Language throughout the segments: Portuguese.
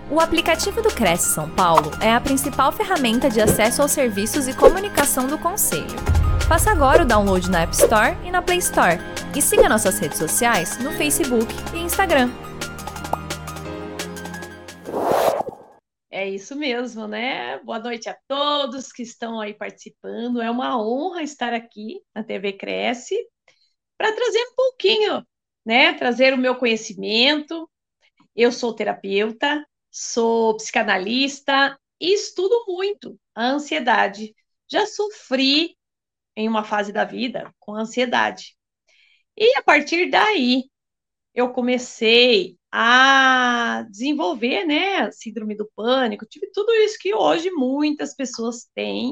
O aplicativo do Cresce São Paulo é a principal ferramenta de acesso aos serviços e comunicação do Conselho. Faça agora o download na App Store e na Play Store. E siga nossas redes sociais no Facebook e Instagram. É isso mesmo, né? Boa noite a todos que estão aí participando. É uma honra estar aqui na TV Cresce para trazer um pouquinho, né? Trazer o meu conhecimento. Eu sou terapeuta, sou psicanalista e estudo muito a ansiedade. Já sofri em uma fase da vida com ansiedade. E a partir daí, eu comecei a desenvolver, né, a síndrome do pânico, tive tudo isso que hoje muitas pessoas têm.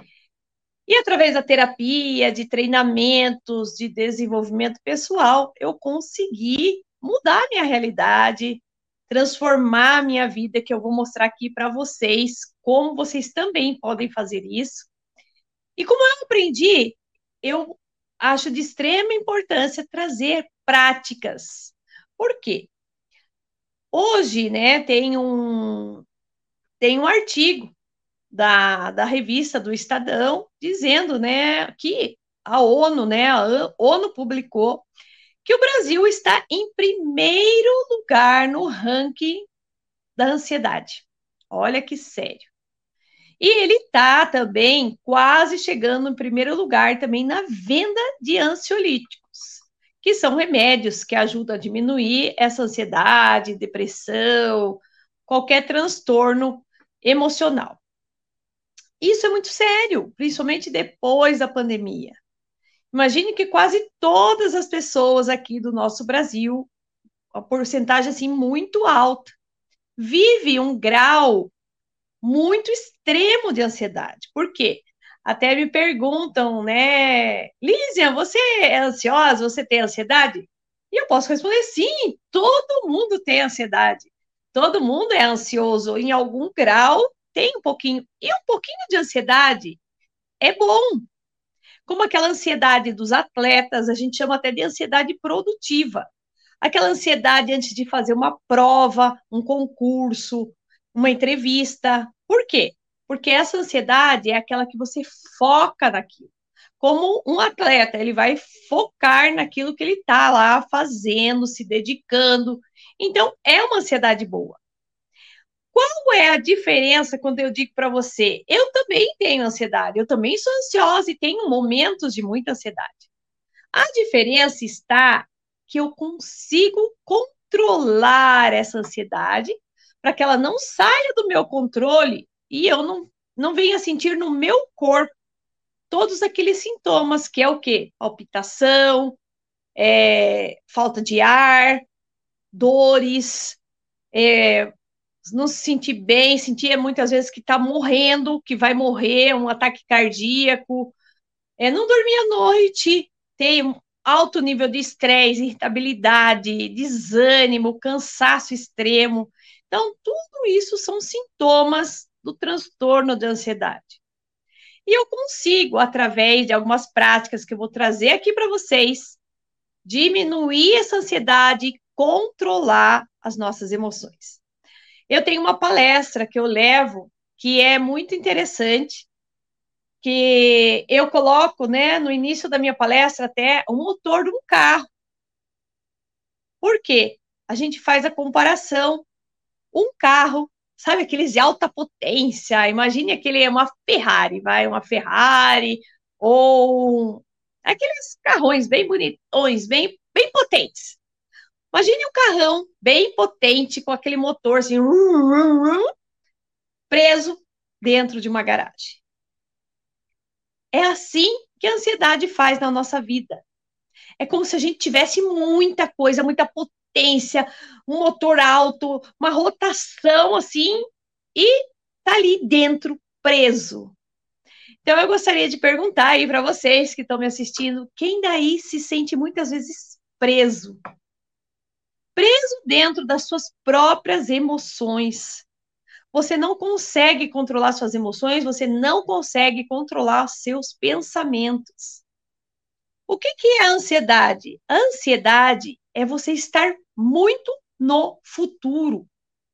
E através da terapia, de treinamentos, de desenvolvimento pessoal, eu consegui mudar minha realidade, transformar a minha vida, que eu vou mostrar aqui para vocês, como vocês também podem fazer isso. E como eu aprendi, eu acho de extrema importância trazer práticas. Por quê? Hoje, né, tem um artigo da revista do Estadão dizendo, né, que a ONU, né, a ONU publicou que o Brasil está em primeiro lugar no ranking da ansiedade. Olha que sério. E ele está também quase chegando em primeiro lugar também na venda de ansiolíticos, que são remédios que ajudam a diminuir essa ansiedade, depressão, qualquer transtorno emocional. Isso é muito sério, principalmente depois da pandemia. Imagine que quase todas as pessoas aqui do nosso Brasil, a porcentagem assim muito alta, vive um grau muito extremo de ansiedade. Por quê? Até me perguntam, né, Lízia, você é ansiosa? Você tem ansiedade? E eu posso responder, sim, todo mundo tem ansiedade. Todo mundo é ansioso em algum grau, tem um pouquinho. E um pouquinho de ansiedade é bom. Como aquela ansiedade dos atletas, a gente chama até de ansiedade produtiva. Aquela ansiedade antes de fazer uma prova, um concurso, uma entrevista. Por quê? Porque essa ansiedade é aquela que você foca naquilo. Como um atleta, ele vai focar naquilo que ele está lá fazendo, se dedicando. Então, é uma ansiedade boa. Qual é a diferença quando eu digo para você? Eu também tenho ansiedade, eu também sou ansiosa e tenho momentos de muita ansiedade. A diferença está que eu consigo controlar essa ansiedade para que ela não saia do meu controle e eu não venha sentir no meu corpo todos aqueles sintomas, que é o quê? Palpitação, falta de ar, dores, não se sentir bem, sentir muitas vezes que está morrendo, que vai morrer, um ataque cardíaco, não dormir à noite, ter um alto nível de estresse, irritabilidade, desânimo, cansaço extremo. Então, tudo isso são sintomas do transtorno de ansiedade. E eu consigo, através de algumas práticas que eu vou trazer aqui para vocês, diminuir essa ansiedade e controlar as nossas emoções. Eu tenho uma palestra que eu levo que é muito interessante, que eu coloco, né, no início da minha palestra até o motor de um carro. Por quê? A gente faz a comparação, um carro, sabe, aqueles de alta potência, imagine uma Ferrari, uma Ferrari, ou aqueles carrões bem bonitões, bem potentes. Imagine um carrão bem potente, com aquele motor assim, preso dentro de uma garagem. É assim que a ansiedade faz na nossa vida. É como se a gente tivesse muita coisa, muita potência, um motor alto, uma rotação assim, e tá ali dentro, preso. Então eu gostaria de perguntar aí para vocês que estão me assistindo, quem daí se sente muitas vezes preso? Preso dentro das suas próprias emoções. Você não consegue controlar suas emoções, você não consegue controlar seus pensamentos. O que é a ansiedade? A ansiedade é você estar muito no futuro.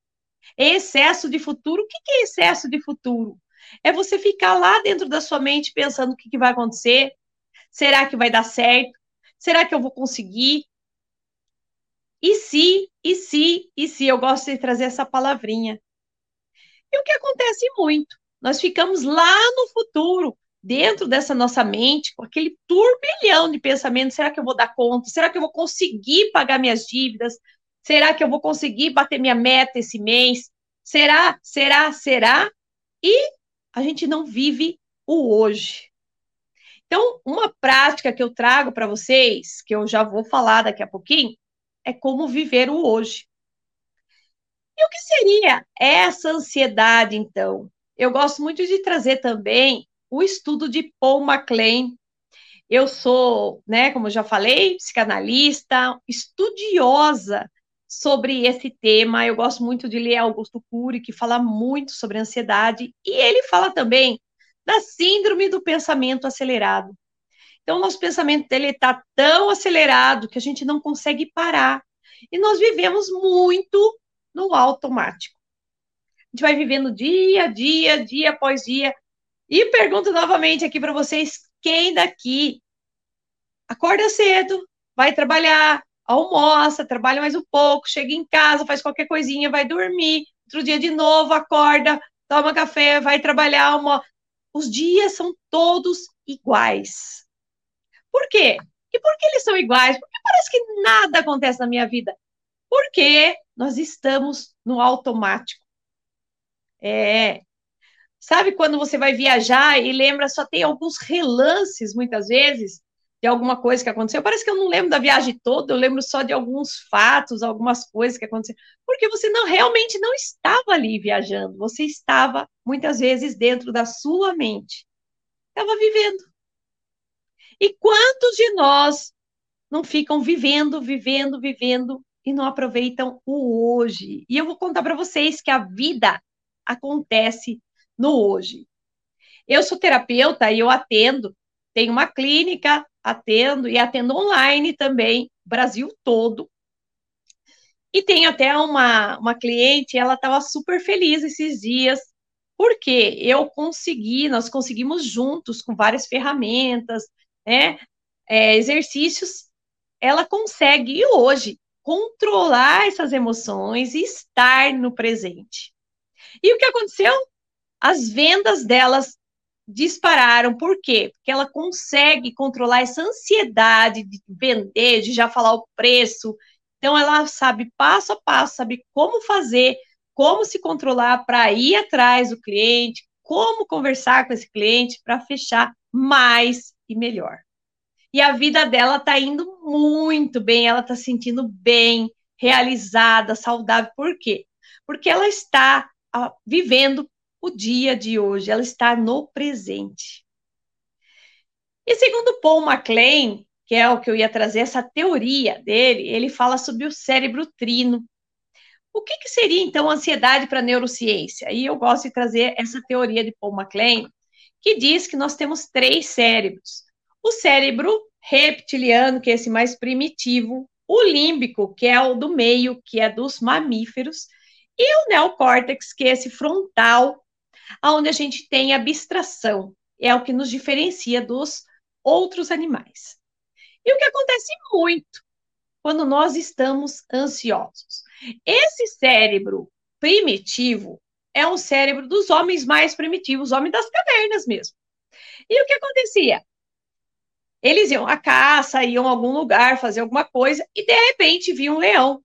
Excesso de futuro. O que é excesso de futuro? É você ficar lá dentro da sua mente pensando o que vai acontecer. Será que vai dar certo? Será que eu vou conseguir? E se, e se, e se? Eu gosto de trazer essa palavrinha. E o que acontece muito? Nós ficamos lá no futuro, dentro dessa nossa mente, com aquele turbilhão de pensamentos. Será que eu vou dar conta? Será que eu vou conseguir pagar minhas dívidas? Será que eu vou conseguir bater minha meta esse mês? Será, será, será? E a gente não vive o hoje. Então, uma prática que eu trago para vocês, que eu já vou falar daqui a pouquinho, é como viver o hoje. E o que seria essa ansiedade, então? Eu gosto muito de trazer também o estudo de Paul MacLean. Eu sou, né, como eu já falei, psicanalista, estudiosa sobre esse tema. Eu gosto muito de ler Augusto Cury, que fala muito sobre ansiedade, e ele fala também da síndrome do pensamento acelerado. Então, o nosso pensamento dele está tão acelerado que a gente não consegue parar. E nós vivemos muito no automático. A gente vai vivendo dia, dia, dia após dia. E pergunto novamente aqui para vocês: quem daqui acorda cedo, vai trabalhar, almoça, trabalha mais um pouco, chega em casa, faz qualquer coisinha, vai dormir, outro dia de novo, acorda, toma café, vai trabalhar, almoça. Os dias são todos iguais. Por quê? E por que eles são iguais? Porque parece que nada acontece na minha vida. Porque nós estamos no automático. Sabe quando você vai viajar e lembra, só tem alguns relances, muitas vezes, de alguma coisa que aconteceu? Parece que eu não lembro da viagem toda, eu lembro só de alguns fatos, algumas coisas que aconteceram. Porque você realmente não estava ali viajando, você estava, muitas vezes, dentro da sua mente. Estava vivendo. E quantos de nós não ficam vivendo, vivendo, vivendo e não aproveitam o hoje? E eu vou contar para vocês que a vida acontece no hoje. Eu sou terapeuta e eu atendo, tenho uma clínica, atendo e atendo online também, Brasil todo. E tenho até uma cliente, ela estava super feliz esses dias, porque nós conseguimos juntos, com várias ferramentas, né, exercícios, ela consegue hoje controlar essas emoções e estar no presente. E o que aconteceu? As vendas delas dispararam. Por quê? Porque ela consegue controlar essa ansiedade de vender, de já falar o preço. Então, ela sabe passo a passo, sabe como fazer, como se controlar para ir atrás do cliente, como conversar com esse cliente para fechar mais e melhor. E a vida dela está indo muito bem, ela está se sentindo bem, realizada, saudável. Por quê? Porque ela está vivendo o dia de hoje, ela está no presente. E segundo Paul MacLean, que é o que eu ia trazer, essa teoria dele, ele fala sobre o cérebro trino. O que seria, então, ansiedade para a neurociência? E eu gosto de trazer essa teoria de Paul MacLean, que diz que nós temos 3 cérebros. O cérebro reptiliano, que é esse mais primitivo, o límbico, que é o do meio, que é dos mamíferos, e o neocórtex, que é esse frontal, onde a gente tem abstração, é o que nos diferencia dos outros animais. E o que acontece muito quando nós estamos ansiosos? Esse cérebro primitivo é um cérebro dos homens mais primitivos, homens das cavernas mesmo. E o que acontecia? Eles iam à caça, iam a algum lugar fazer alguma coisa e de repente viam um leão.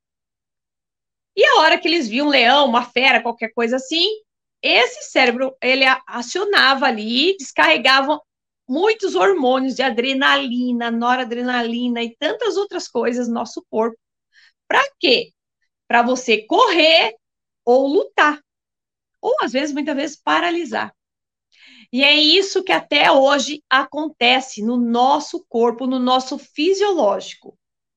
E a hora que eles viam um leão, uma fera, qualquer coisa assim, esse cérebro, ele acionava ali, descarregava muitos hormônios de adrenalina, noradrenalina e tantas outras coisas no nosso corpo. Para quê? Para você correr ou lutar. Ou, às vezes, muitas vezes, paralisar. E é isso que até hoje acontece no nosso corpo, no nosso fisiológico.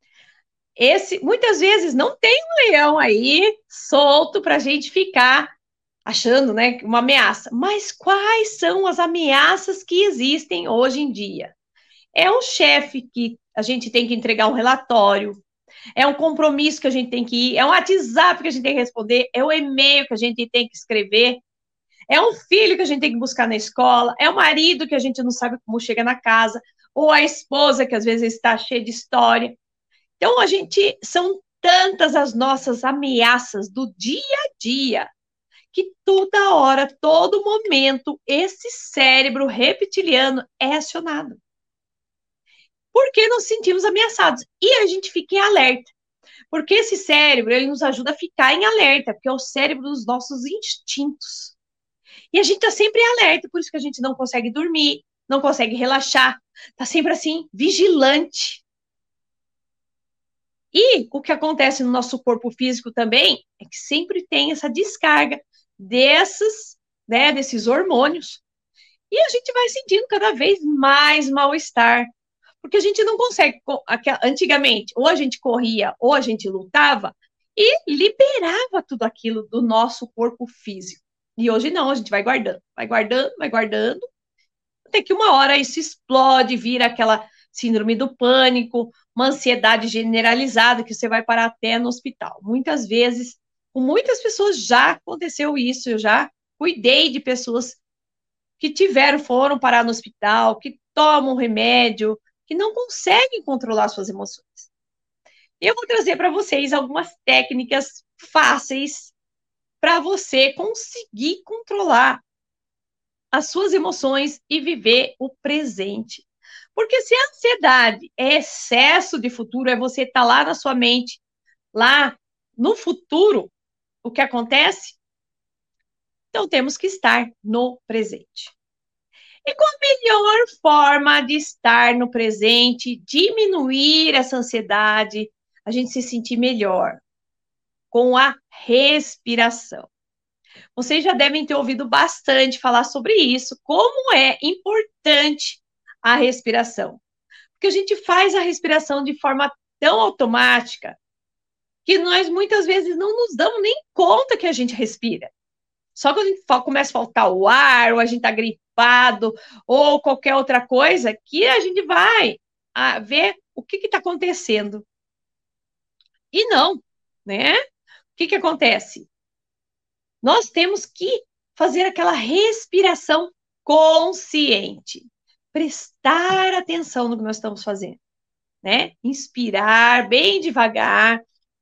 Muitas vezes não tem um leão aí solto para a gente ficar achando, né, uma ameaça. Mas quais são as ameaças que existem hoje em dia? É um chefe que a gente tem que entregar um relatório, É um compromisso que a gente tem que ir, é um WhatsApp que a gente tem que responder, é um e-mail que a gente tem que escrever, é um filho que a gente tem que buscar na escola, é o marido que a gente não sabe como chega na casa, ou a esposa que às vezes está cheia de história. Então, são tantas as nossas ameaças do dia a dia, que toda hora, todo momento, esse cérebro reptiliano é acionado. Porque nos sentimos ameaçados. E a gente fica em alerta. Porque esse cérebro, ele nos ajuda a ficar em alerta, porque é o cérebro dos nossos instintos. E a gente está sempre em alerta, por isso que a gente não consegue dormir, não consegue relaxar, está sempre assim, vigilante. E o que acontece no nosso corpo físico também é que sempre tem essa descarga desses hormônios. E a gente vai sentindo cada vez mais mal-estar. Porque a gente não consegue. Antigamente, ou a gente corria, ou a gente lutava, e liberava tudo aquilo do nosso corpo físico. E hoje não, a gente vai guardando, vai guardando, vai guardando, até que uma hora isso explode, vira aquela síndrome do pânico, uma ansiedade generalizada, que você vai parar até no hospital. Muitas vezes, com muitas pessoas já aconteceu isso, eu já cuidei de pessoas que foram parar no hospital, que tomam remédio, que não conseguem controlar suas emoções. Eu vou trazer para vocês algumas técnicas fáceis para você conseguir controlar as suas emoções e viver o presente. Porque se a ansiedade é excesso de futuro, é você estar lá na sua mente, lá no futuro, o que acontece? Então temos que estar no presente. E qual a melhor forma de estar no presente, diminuir essa ansiedade, a gente se sentir melhor? Com a respiração. Vocês já devem ter ouvido bastante falar sobre isso, como é importante a respiração. Porque a gente faz a respiração de forma tão automática que nós muitas vezes não nos damos nem conta que a gente respira. Só quando a gente começa a faltar o ar, ou a gente está gripado, ou qualquer outra coisa, que a gente vai ver o que está acontecendo. E não, né? O que acontece? Nós temos que fazer aquela respiração consciente, prestar atenção no que nós estamos fazendo, né? Inspirar bem devagar,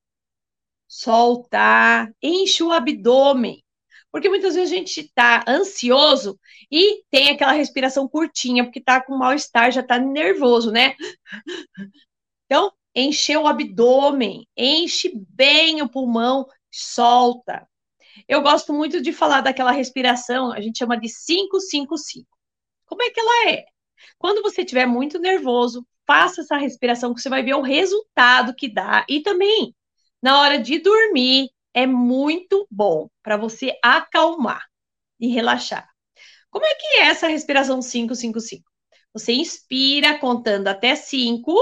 soltar, enche o abdômen, porque muitas vezes a gente está ansioso e tem aquela respiração curtinha, porque está com mal-estar, já está nervoso, né? Então, encher o abdômen, enche bem o pulmão, solta. Eu gosto muito de falar daquela respiração, a gente chama de 5-5-5. Como é que ela é? Quando você estiver muito nervoso, faça essa respiração que você vai ver o resultado que dá. E também, na hora de dormir, é muito bom para você acalmar e relaxar. Como é que é essa respiração 5-5-5? Você inspira contando até 5,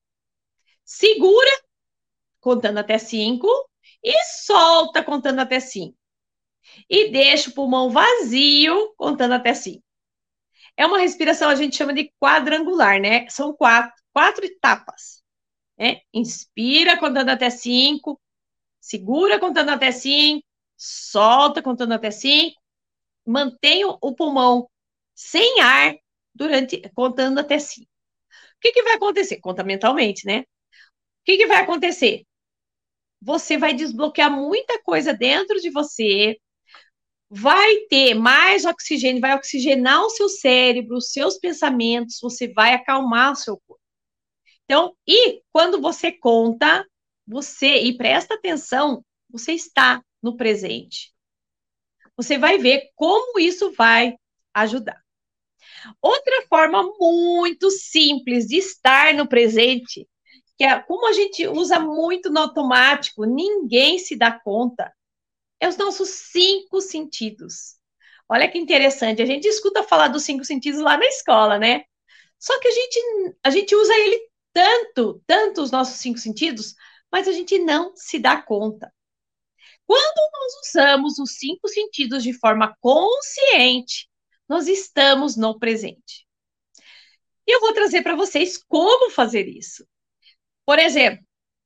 segura contando até 5 e solta contando até 5. E deixa o pulmão vazio, contando até 5. É uma respiração, a gente chama de quadrangular, né? São quatro etapas. Né? Inspira, contando até 5. Segura, contando até 5. Solta, contando até 5. Mantém o pulmão sem ar, contando até 5. O que vai acontecer? Conta mentalmente, né? O que vai acontecer? Você vai desbloquear muita coisa dentro de você, vai ter mais oxigênio, vai oxigenar o seu cérebro, os seus pensamentos, você vai acalmar o seu corpo. Então, e quando você conta, e presta atenção, você está no presente. Você vai ver como isso vai ajudar. Outra forma muito simples de estar no presente, que é como a gente usa muito no automático, ninguém se dá conta, é os nossos 5 sentidos. Olha que interessante, a gente escuta falar dos 5 sentidos lá na escola, né? Só que a gente usa ele tanto os nossos 5 sentidos, mas a gente não se dá conta. Quando nós usamos os 5 sentidos de forma consciente, nós estamos no presente. E eu vou trazer para vocês como fazer isso. Por exemplo,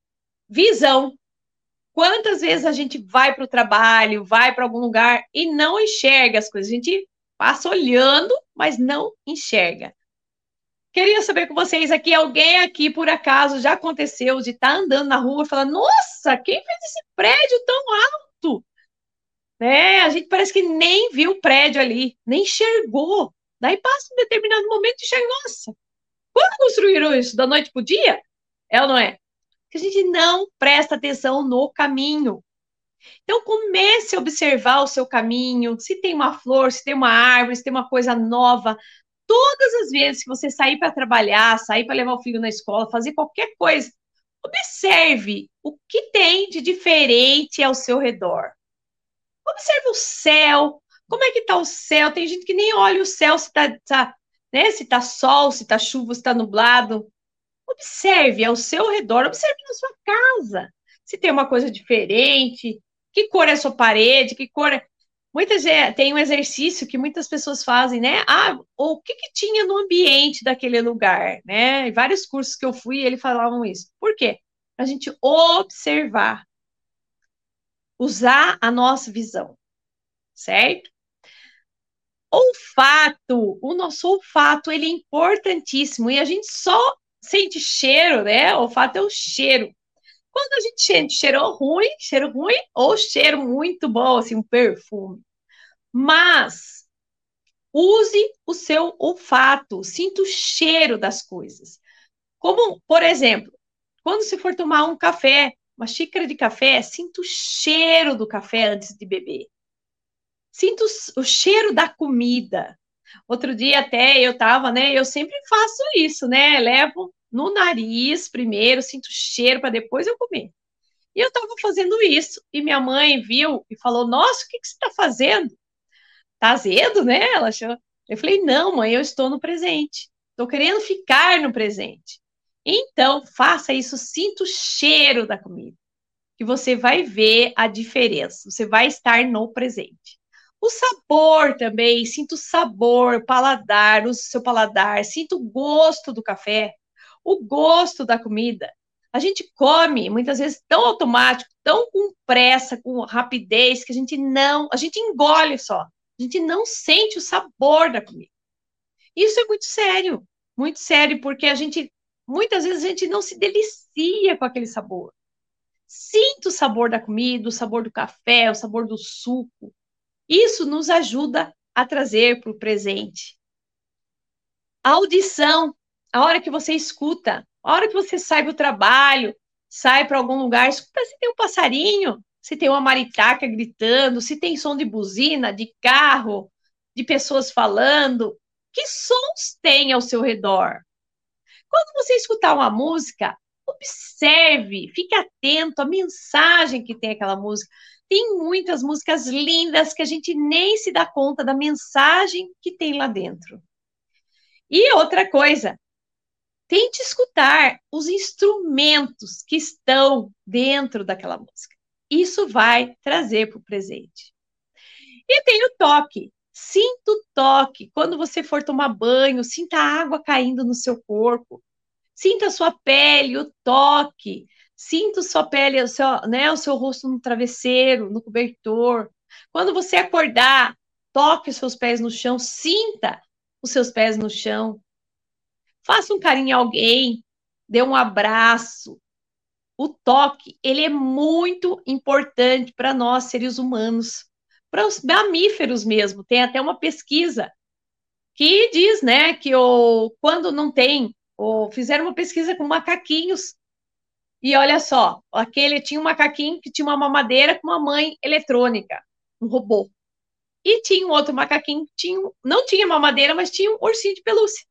Visão. Quantas vezes a gente vai para o trabalho, vai para algum lugar e não enxerga as coisas? A gente passa olhando, mas não enxerga. Queria saber com vocês aqui, alguém aqui, por acaso, já aconteceu de estar andando na rua e falar, nossa, quem fez esse prédio tão alto? Né? A gente parece que nem viu o prédio ali, nem enxergou. Daí passa um determinado momento e enxerga, nossa, quando construíram isso? Da noite para o dia? É ou não é? Que a gente não presta atenção no caminho. Então comece a observar o seu caminho, se tem uma flor, se tem uma árvore, se tem uma coisa nova. Todas as vezes que você sair para trabalhar, sair para levar o filho na escola, fazer qualquer coisa, observe o que tem de diferente ao seu redor. Observe o céu, como é que está o céu? Tem gente que nem olha o céu se está, né, se tá sol, se está chuva, se está nublado. Observe ao seu redor, observe na sua casa. Se tem uma coisa diferente, que cor é a sua parede, que cor é. Tem um exercício que muitas pessoas fazem, né? Ah, o que que tinha no ambiente daquele lugar, né? Em vários cursos que eu fui, eles falavam isso. Por quê? Para a gente observar, usar a nossa visão, certo? Olfato, o nosso olfato, ele é importantíssimo e a gente só sente cheiro, né? O olfato é o cheiro. Quando a gente sente cheiro ruim ou cheiro muito bom, assim, um perfume. Mas use o seu olfato, sinta o cheiro das coisas. Como, por exemplo, quando você for tomar um café, uma xícara de café, sinta o cheiro do café antes de beber. Sinta o cheiro da comida. Outro dia até eu tava, né? Eu sempre faço isso, né? Levo no nariz primeiro, sinto o cheiro para depois eu comer. E eu estava fazendo isso, e minha mãe viu e falou: Nossa, o que, que você está fazendo? Tá azedo, né? Ela achou. Eu falei: Não, mãe, eu estou no presente. Estou querendo ficar no presente. Então, faça isso, sinta o cheiro da comida, que você vai ver a diferença. Você vai estar no presente. O sabor também, sinta o sabor, o paladar, use o seu paladar, sinta o gosto do café, o gosto da comida. A gente come muitas vezes tão automático, tão com pressa, com rapidez, que a gente engole só. A gente não sente o sabor da comida. Isso é muito sério, porque muitas vezes a gente não se delicia com aquele sabor. Sinta o sabor da comida, o sabor do café, o sabor do suco. Isso nos ajuda a trazer para o presente. A audição, a hora que você escuta, a hora que você sai para o trabalho, sai para algum lugar, escuta se tem um passarinho, se tem uma maritaca gritando, se tem som de buzina, de carro, de pessoas falando. Que sons tem ao seu redor? Quando você escutar uma música, observe, fique atento à mensagem que tem aquela música. Tem muitas músicas lindas que a gente nem se dá conta da mensagem que tem lá dentro. E outra coisa, tente escutar os instrumentos que estão dentro daquela música. Isso vai trazer para o presente. E tem o toque. Sinta o toque. Quando você for tomar banho, sinta a água caindo no seu corpo. Sinta a sua pele, o toque. Sinta a sua pele, o seu rosto no travesseiro, no cobertor. Quando você acordar, toque os seus pés no chão, sinta os seus pés no chão. Faça um carinho a alguém, dê um abraço. O toque, ele é muito importante para nós, seres humanos, para os mamíferos mesmo. Tem até uma pesquisa que diz, né, que quando não tem, fizeram uma pesquisa com macaquinhos, e olha só, aquele tinha um macaquinho que tinha uma mamadeira com uma mãe eletrônica, um robô. E tinha um outro macaquinho que não tinha mamadeira, mas tinha um ursinho de pelúcia.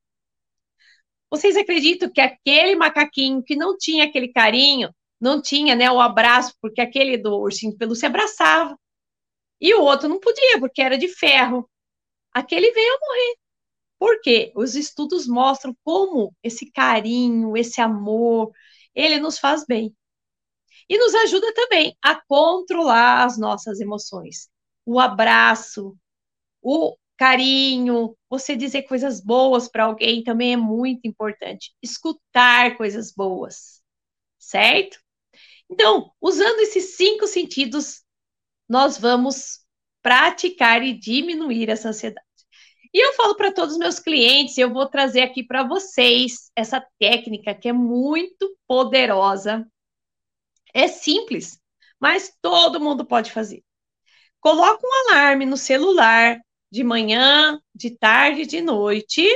Vocês acreditam que aquele macaquinho que não tinha aquele carinho, não tinha, né, o abraço, porque aquele do ursinho de pelúcia abraçava, e o outro não podia, porque era de ferro. Aquele veio a morrer. Por quê? Os estudos mostram como esse carinho, esse amor, ele nos faz bem. E nos ajuda também a controlar as nossas emoções. O abraço, o carinho, você dizer coisas boas para alguém também é muito importante. Escutar coisas boas, certo? Então, usando esses 5 sentidos, nós vamos praticar e diminuir essa ansiedade. E eu falo para todos os meus clientes, eu vou trazer aqui para vocês essa técnica que é muito poderosa. É simples, mas todo mundo pode fazer. Coloca um alarme no celular de manhã, de tarde, de noite.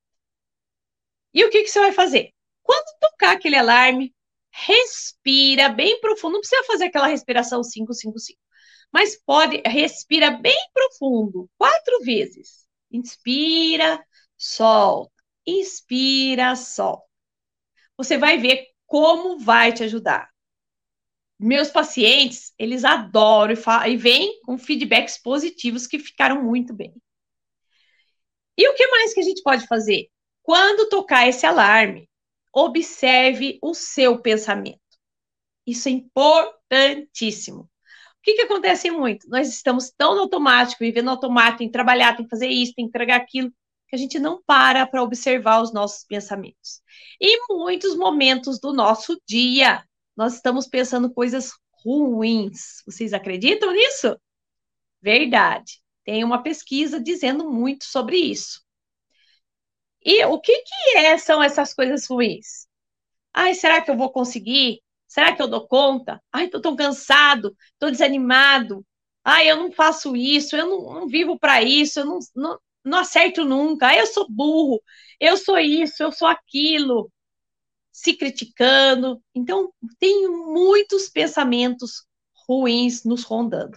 E o que você vai fazer? Quando tocar aquele alarme, respira bem profundo. Não precisa fazer aquela respiração 5, 5, 5. Mas respira bem profundo, 4 vezes. Inspira, solta. Inspira, solta. Você vai ver como vai te ajudar. Meus pacientes, eles adoram e vêm com feedbacks positivos que ficaram muito bem. E o que mais que a gente pode fazer? Quando tocar esse alarme, observe o seu pensamento. Isso é importantíssimo. O que acontece muito? Nós estamos tão no automático, vivendo no automático, tem que trabalhar, tem que fazer isso, tem que entregar aquilo, que a gente não para observar os nossos pensamentos. E em muitos momentos do nosso dia, nós estamos pensando coisas ruins. Vocês acreditam nisso? Verdade. Tem uma pesquisa dizendo muito sobre isso. E o que são essas coisas ruins? Ai, será que eu vou conseguir? Será que eu dou conta? Ai, estou tão cansado, estou desanimado. Ai, eu não faço isso, eu não vivo para isso, eu não acerto nunca. Ai, eu sou burro, eu sou isso, eu sou aquilo. Se criticando. Então, tem muitos pensamentos ruins nos rondando.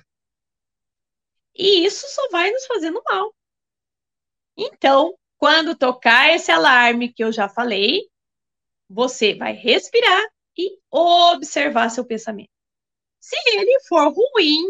E isso só vai nos fazendo mal. Então, quando tocar esse alarme que eu já falei, você vai respirar e observar seu pensamento. Se ele for ruim,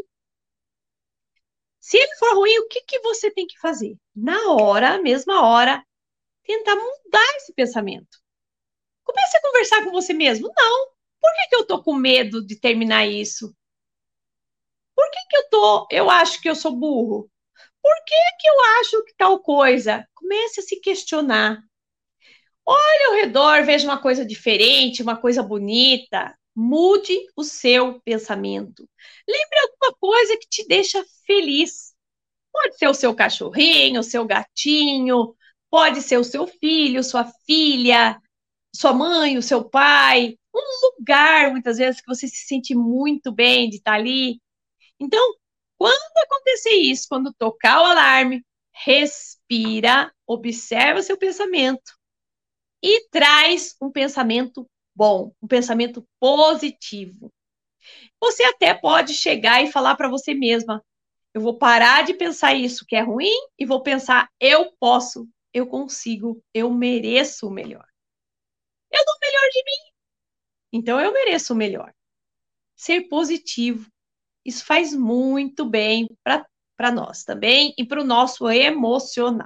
o que você tem que fazer? Na mesma hora, tentar mudar esse pensamento. Comece a conversar com você mesmo. Não, por que eu tô com medo de terminar isso? Por que eu acho que eu sou burro? Por que eu acho que tal coisa? Comece a se questionar. Olhe ao redor, veja uma coisa diferente, uma coisa bonita. Mude o seu pensamento. Lembre alguma coisa que te deixa feliz. Pode ser o seu cachorrinho, o seu gatinho, pode ser o seu filho, sua filha, sua mãe, o seu pai. Um lugar, muitas vezes, que você se sente muito bem de estar ali. Então, quando acontecer isso, quando tocar o alarme, respira, observa seu pensamento e traz um pensamento bom, um pensamento positivo. Você até pode chegar e falar para você mesma: eu vou parar de pensar isso que é ruim e vou pensar: eu posso, eu consigo, eu mereço o melhor. Eu dou o melhor de mim, então eu mereço o melhor. Ser positivo, isso faz muito bem para nós também e para o nosso emocional.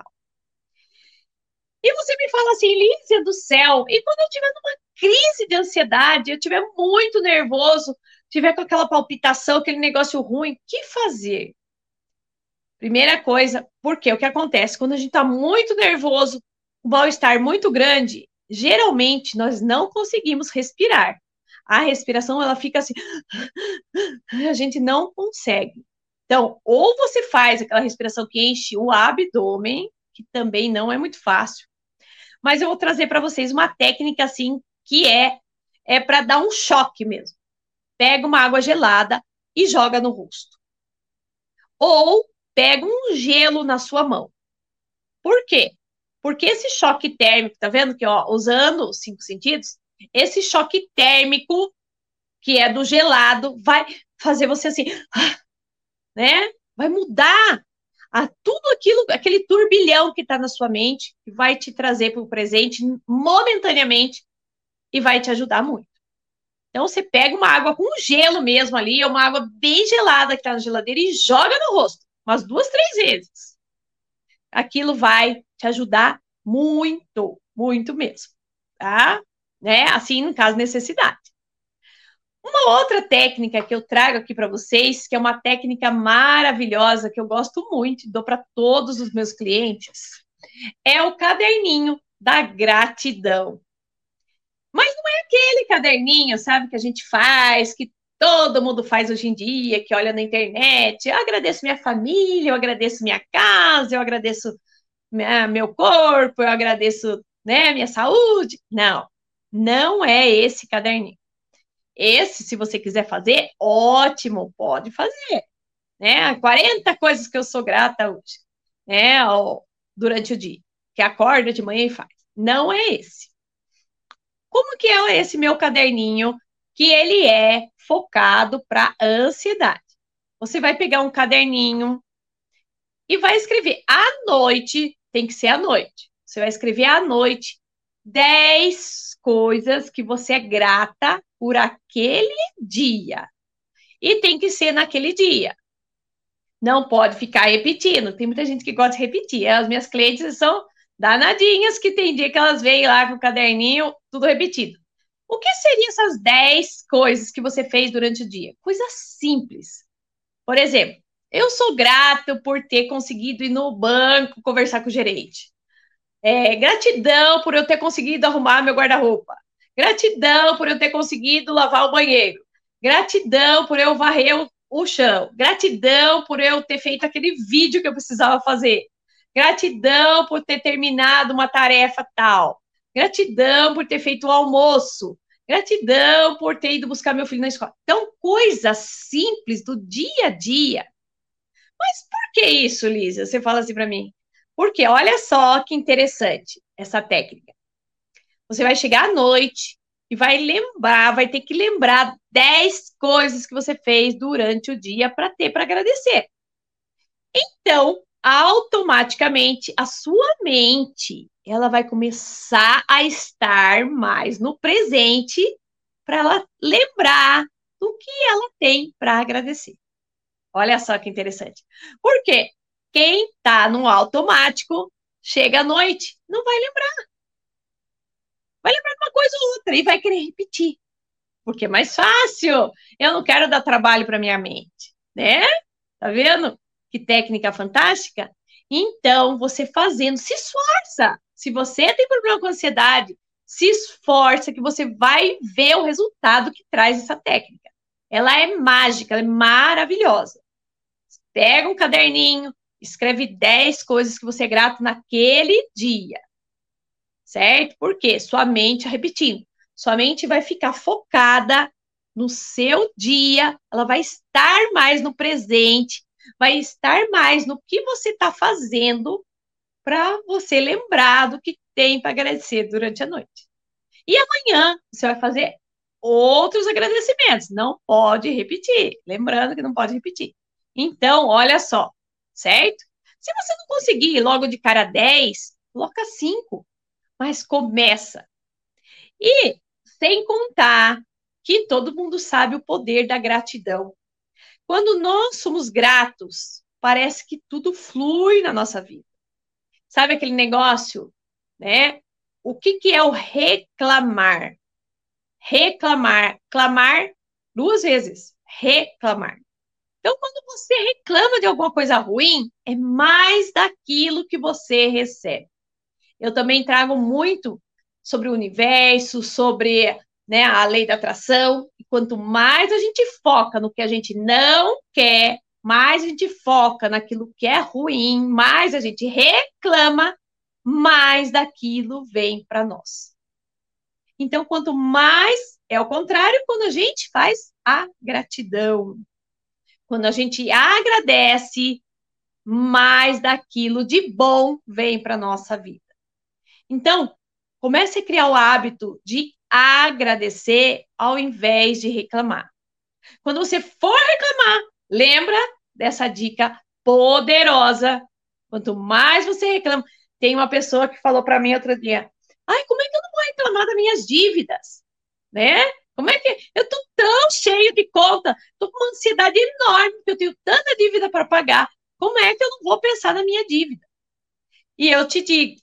E você me fala assim: Lízia do céu, e quando eu tiver numa crise de ansiedade, eu tiver muito nervoso, tiver com aquela palpitação, aquele negócio ruim, o que fazer? Primeira coisa, porque o que acontece? Quando a gente está muito nervoso, o mal-estar muito grande, geralmente nós não conseguimos respirar. A respiração, ela fica assim, a gente não consegue. Então, ou você faz aquela respiração que enche o abdômen, que também não é muito fácil, mas eu vou trazer para vocês uma técnica assim que é para dar um choque mesmo. Pega uma água gelada e joga no rosto. Ou pega um gelo na sua mão. Por quê? Porque esse choque térmico, tá vendo que, ó, usando os 5 sentidos, esse choque térmico, que é do gelado, vai fazer você assim, né? Vai mudar tudo aquilo, aquele turbilhão que está na sua mente, que vai te trazer para o presente momentaneamente e vai te ajudar muito. Então, você pega uma água com gelo mesmo ali, ou uma água bem gelada que está na geladeira e joga no rosto, umas 2, 3 vezes. Aquilo vai te ajudar muito, muito mesmo, tá? Né? Assim, no caso de necessidade. Uma outra técnica que eu trago aqui para vocês, que é uma técnica maravilhosa, que eu gosto muito e dou para todos os meus clientes, é o caderninho da gratidão. Mas não é aquele caderninho, sabe, que a gente faz, que todo mundo faz hoje em dia, que olha na internet. Eu agradeço minha família, eu agradeço minha casa, eu agradeço meu corpo, eu agradeço, né, minha saúde. Não, não é esse caderninho. Esse, se você quiser fazer, ótimo, pode fazer, né? 40 coisas que eu sou grata hoje, né, durante o dia, que acorda de manhã e faz. Não é esse. Como que é esse meu caderninho que ele é focado para ansiedade? Você vai pegar um caderninho e vai escrever à noite, tem que ser à noite. Você vai escrever à noite 10 coisas que você é grata por aquele dia. E tem que ser naquele dia. Não pode ficar repetindo. Tem muita gente que gosta de repetir. As minhas clientes são danadinhas, que tem dia que elas vêm lá com o caderninho, tudo repetido. O que seriam essas 10 coisas que você fez durante o dia? Coisas simples. Por exemplo, eu sou grato por ter conseguido ir no banco conversar com o gerente. Gratidão por eu ter conseguido arrumar meu guarda-roupa. Gratidão por eu ter conseguido lavar o banheiro. Gratidão por eu varrer o chão. Gratidão por eu ter feito aquele vídeo que eu precisava fazer. Gratidão por ter terminado uma tarefa tal. Gratidão por ter feito o almoço. Gratidão por ter ido buscar meu filho na escola. Então, coisas simples do dia a dia. Mas por que isso, Lígia? Você fala assim para mim. Porque olha só que interessante essa técnica. Você vai chegar à noite e vai lembrar, vai ter que lembrar 10 coisas que você fez durante o dia para ter para agradecer. Então, automaticamente, a sua mente, ela vai começar a estar mais no presente para ela lembrar do que ela tem para agradecer. Olha só que interessante. Por quê? Quem está no automático, chega à noite, não vai lembrar. Vai lembrar de uma coisa ou outra e vai querer repetir. Porque é mais fácil. Eu não quero dar trabalho para minha mente, né? Tá vendo? Que técnica fantástica? Então, você fazendo, se esforça. Se você tem problema com ansiedade, se esforça que você vai ver o resultado que traz essa técnica. Ela é mágica, ela é maravilhosa. Pega um caderninho, escreve 10 coisas que você é grato naquele dia. Certo? Porque sua mente, repetindo, sua mente vai ficar focada no seu dia, ela vai estar mais no presente, vai estar mais no que você está fazendo para você lembrar do que tem para agradecer durante a noite. E amanhã você vai fazer outros agradecimentos, não pode repetir, lembrando que não pode repetir. Então, olha só, certo? Se você não conseguir logo de cara 10, coloca 5, mas começa. E sem contar que todo mundo sabe o poder da gratidão. Quando nós somos gratos, parece que tudo flui na nossa vida. Sabe aquele negócio, né? O que é o reclamar? Reclamar, clamar 2 vezes, reclamar. Então, quando você reclama de alguma coisa ruim, é mais daquilo que você recebe. Eu também trago muito sobre o universo, sobre, né, a lei da atração. E quanto mais a gente foca no que a gente não quer, mais a gente foca naquilo que é ruim, mais a gente reclama, mais daquilo vem para nós. Então, quanto mais é o contrário quando a gente faz a gratidão. Quando a gente agradece, mais daquilo de bom vem para nossa vida. Então, comece a criar o hábito de agradecer ao invés de reclamar. Quando você for reclamar, lembra dessa dica poderosa. Quanto mais você reclama, tem uma pessoa que falou para mim outro dia: ai, como é que eu não vou reclamar das minhas dívidas? Né? Como é que eu tô tão cheio de conta, tô com uma ansiedade enorme, porque eu tenho tanta dívida para pagar. Como é que eu não vou pensar na minha dívida? E eu te digo,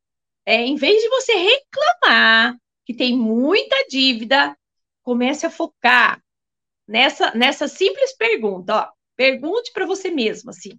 em vez de você reclamar que tem muita dívida, comece a focar nessa simples pergunta. Ó, pergunte para você mesmo assim: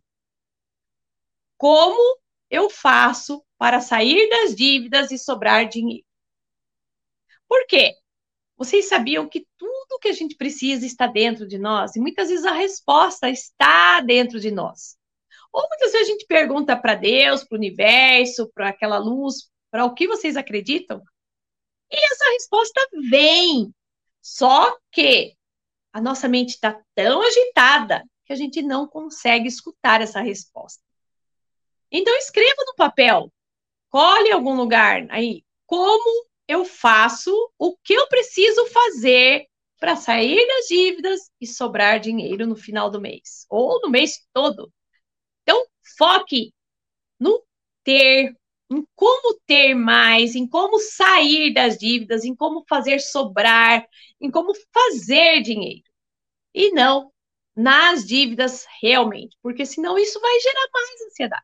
como eu faço para sair das dívidas e sobrar dinheiro? Por quê? Vocês sabiam que tudo que a gente precisa está dentro de nós? E muitas vezes a resposta está dentro de nós. Ou muitas vezes a gente pergunta para Deus, para o universo, para aquela luz, para o que vocês acreditam, e essa resposta vem. Só que a nossa mente está tão agitada que a gente não consegue escutar essa resposta. Então escreva no papel, colhe algum lugar aí, como eu faço, o que eu preciso fazer para sair das dívidas e sobrar dinheiro no final do mês, ou no mês todo. Então, foque no ter, em como ter mais, em como sair das dívidas, em como fazer sobrar, em como fazer dinheiro. E não nas dívidas realmente, porque senão isso vai gerar mais ansiedade.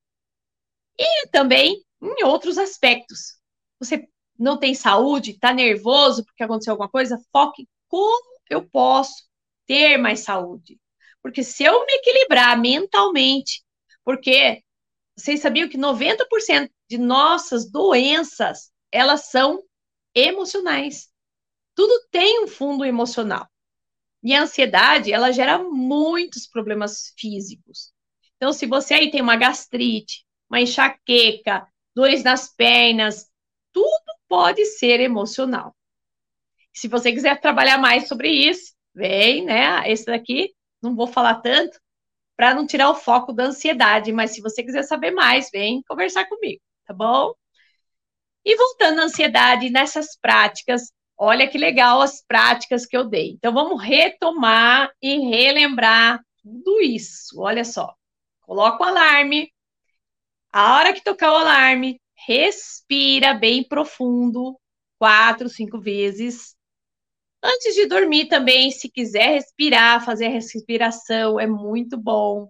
E também em outros aspectos. Você não tem saúde, está nervoso porque aconteceu alguma coisa, foque como eu posso ter mais saúde. Porque se eu me equilibrar mentalmente, porque vocês sabiam que 90% de nossas doenças, elas são emocionais. Tudo tem um fundo emocional. E a ansiedade, ela gera muitos problemas físicos. Então, se você aí tem uma gastrite, uma enxaqueca, dores nas pernas, tudo pode ser emocional. Se você quiser trabalhar mais sobre isso, vem, né? Esse daqui, não vou falar tanto, para não tirar o foco da ansiedade, mas se você quiser saber mais, vem conversar comigo, tá bom? E voltando à ansiedade, nessas práticas, olha que legal as práticas que eu dei. Então, vamos retomar e relembrar tudo isso. Olha só. Coloca o alarme. A hora que tocar o alarme, respira bem profundo, 4, 5 vezes. Antes de dormir também, se quiser respirar, fazer a respiração, é muito bom.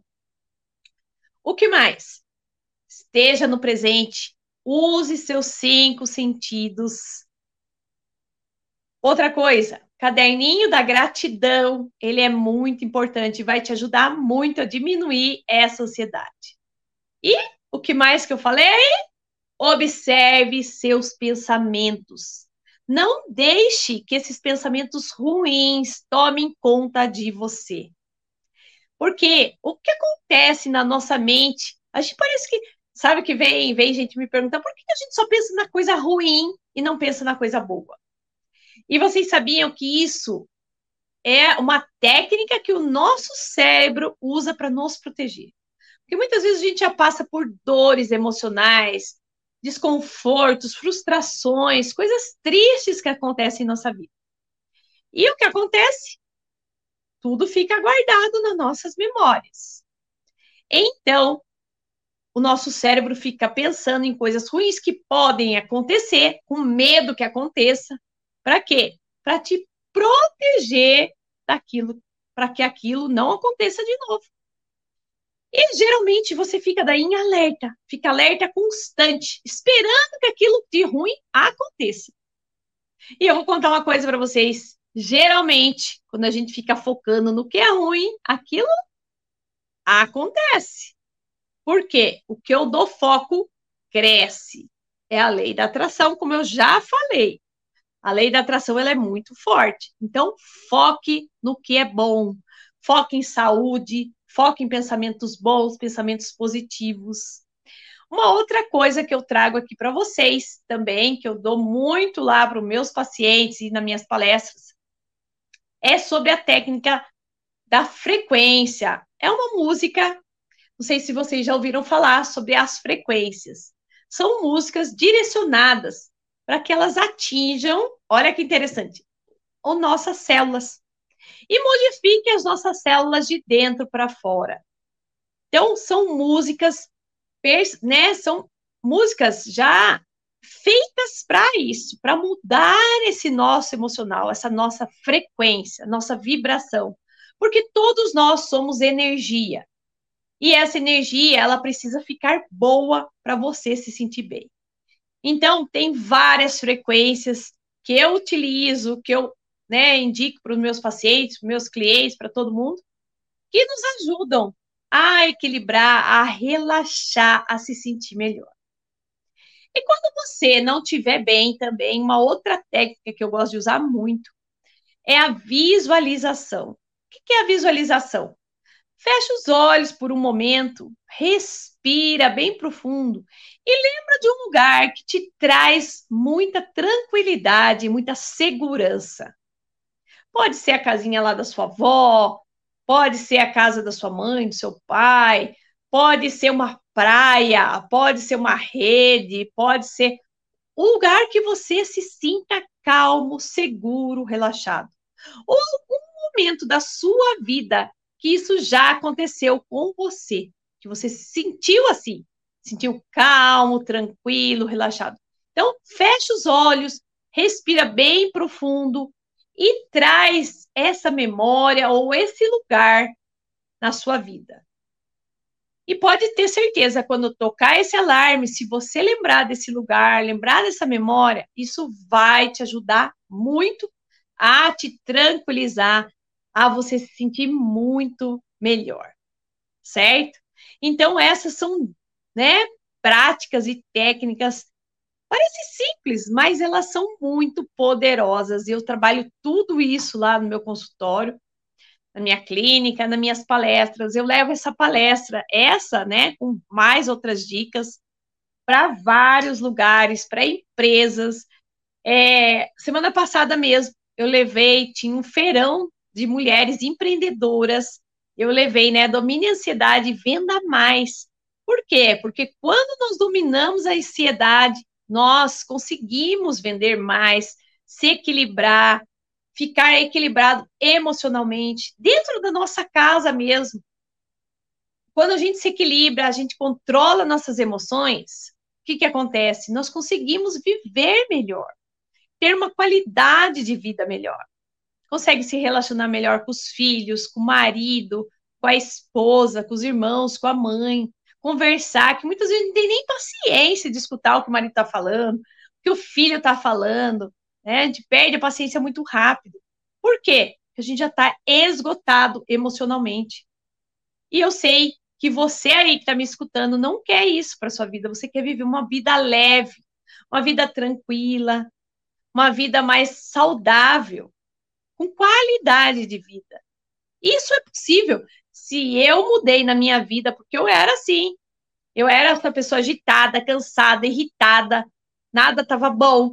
O que mais? Esteja no presente. Use seus 5 sentidos. Outra coisa, caderninho da gratidão, ele é muito importante, vai te ajudar muito a diminuir essa ansiedade. E o que mais que eu falei? Observe seus pensamentos. Não deixe que esses pensamentos ruins tomem conta de você. Porque o que acontece na nossa mente? A gente parece que, sabe que vem gente me perguntar por que a gente só pensa na coisa ruim e não pensa na coisa boa? E vocês sabiam que isso é uma técnica que o nosso cérebro usa para nos proteger. Porque muitas vezes a gente já passa por dores emocionais, desconfortos, frustrações, coisas tristes que acontecem em nossa vida. E o que acontece? Tudo fica guardado nas nossas memórias. Então, o nosso cérebro fica pensando em coisas ruins que podem acontecer, com medo que aconteça. Para quê? Para te proteger daquilo, para que aquilo não aconteça de novo. E geralmente você fica daí em alerta, fica alerta constante, esperando que aquilo de ruim aconteça. E eu vou contar uma coisa para vocês. Geralmente, quando a gente fica focando no que é ruim, aquilo acontece. Por quê? O que eu dou foco cresce. É a lei da atração, como eu já falei. A lei da atração ela é muito forte. Então, foque no que é bom. Foque em saúde, foque em pensamentos bons, pensamentos positivos. Uma outra coisa que eu trago aqui para vocês também, que eu dou muito lá para os meus pacientes e nas minhas palestras, é sobre a técnica da frequência. É uma música, não sei se vocês já ouviram falar sobre as frequências. São músicas direcionadas para que elas atinjam, olha que interessante, as nossas células e modifiquem as nossas células de dentro para fora. Então, são músicas, né? São músicas já feitas para isso, para mudar esse nosso emocional, essa nossa frequência, nossa vibração. Porque todos nós somos energia. E essa energia, ela precisa ficar boa para você se sentir bem. Então, tem várias frequências que eu utilizo, que eu, né, indico para os meus pacientes, para os meus clientes, para todo mundo, que nos ajudam a equilibrar, a relaxar, a se sentir melhor. E quando você não estiver bem também, uma outra técnica que eu gosto de usar muito é a visualização. O que é a visualização? Fecha os olhos por um momento, respira bem profundo e lembra de um lugar que te traz muita tranquilidade, muita segurança. Pode ser a casinha lá da sua avó, pode ser a casa da sua mãe, do seu pai, pode ser uma praia, pode ser uma rede, pode ser um lugar que você se sinta calmo, seguro, relaxado. Ou algum momento da sua vida que isso já aconteceu com você, que você se sentiu assim, sentiu calmo, tranquilo, relaxado. Então, fecha os olhos, respira bem profundo e traz essa memória ou esse lugar na sua vida. E pode ter certeza, quando tocar esse alarme, se você lembrar desse lugar, lembrar dessa memória, isso vai te ajudar muito a te tranquilizar, a você se sentir muito melhor, certo? Então, essas são, né, práticas e técnicas, parecem simples, mas elas são muito poderosas. Eu trabalho tudo isso lá no meu consultório, na minha clínica, nas minhas palestras. Eu levo essa palestra, né, com mais outras dicas, para vários lugares, para empresas. Semana passada mesmo, eu levei, tinha um feirão de mulheres empreendedoras. Eu levei, né, Domine a Ansiedade, Venda Mais. Por quê? Porque quando nós dominamos a ansiedade, nós conseguimos vender mais, se equilibrar, ficar equilibrado emocionalmente, dentro da nossa casa mesmo. Quando a gente se equilibra, a gente controla nossas emoções, o que acontece? Nós conseguimos viver melhor, ter uma qualidade de vida melhor. Consegue se relacionar melhor com os filhos, com o marido, com a esposa, com os irmãos, com a mãe, conversar, que muitas vezes não tem nem paciência de escutar o que o marido está falando, o que o filho está falando, né? A gente perde a paciência muito rápido. Por quê? Porque a gente já está esgotado emocionalmente. E eu sei que você aí que está me escutando não quer isso para sua vida, você quer viver uma vida leve, uma vida tranquila, uma vida mais saudável, com qualidade de vida. Isso é possível se eu mudei na minha vida, porque eu era assim. Eu era essa pessoa agitada, cansada, irritada, nada estava bom.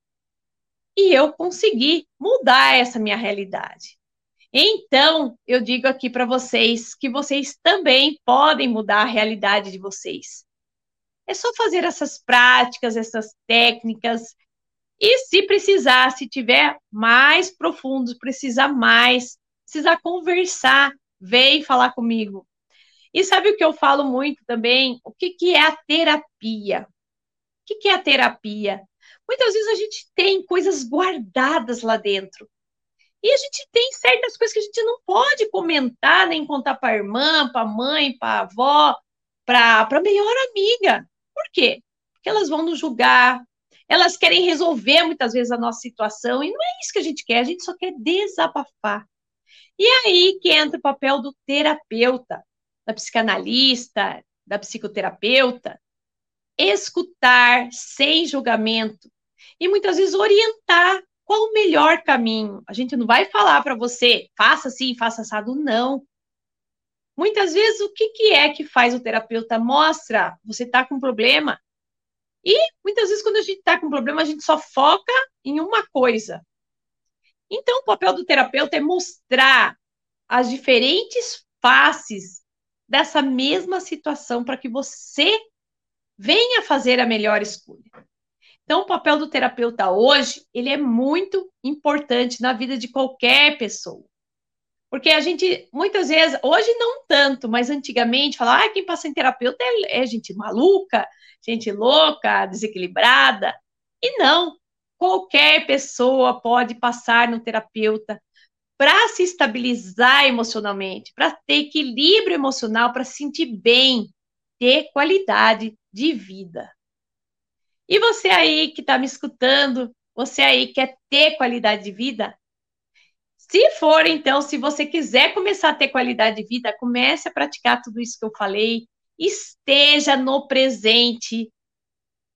E eu consegui mudar essa minha realidade. Então, eu digo aqui para vocês que vocês também podem mudar a realidade de vocês. É só fazer essas práticas, essas técnicas. E se precisar, se tiver mais profundo, precisar conversar, vem falar comigo. E sabe o que eu falo muito também? O que é a terapia? O que é a terapia? Muitas vezes a gente tem coisas guardadas lá dentro. E a gente tem certas coisas que a gente não pode comentar, nem contar para a irmã, para a mãe, para a avó, para a melhor amiga. Por quê? Porque elas vão nos julgar, elas querem resolver muitas vezes a nossa situação, e não é isso que a gente quer, a gente só quer desabafar. E é aí que entra o papel do terapeuta, da psicanalista, da psicoterapeuta, escutar sem julgamento e muitas vezes orientar qual o melhor caminho. A gente não vai falar para você, faça assim, faça assado, não. Muitas vezes, o que é que faz o terapeuta? Mostra, você está com problema. E muitas vezes, quando a gente está com problema, a gente só foca em uma coisa. Então, o papel do terapeuta é mostrar as diferentes faces dessa mesma situação para que você venha fazer a melhor escolha. Então, o papel do terapeuta hoje, ele é muito importante na vida de qualquer pessoa. Porque a gente, muitas vezes, hoje não tanto, mas antigamente, falava, quem passa em terapeuta é gente maluca, gente louca, desequilibrada. E não, qualquer pessoa pode passar no terapeuta para se estabilizar emocionalmente, para ter equilíbrio emocional, para se sentir bem, ter qualidade de vida. E você aí que está me escutando, você aí quer ter qualidade de vida? Se for, então, se você quiser começar a ter qualidade de vida, comece a praticar tudo isso que eu falei, esteja no presente,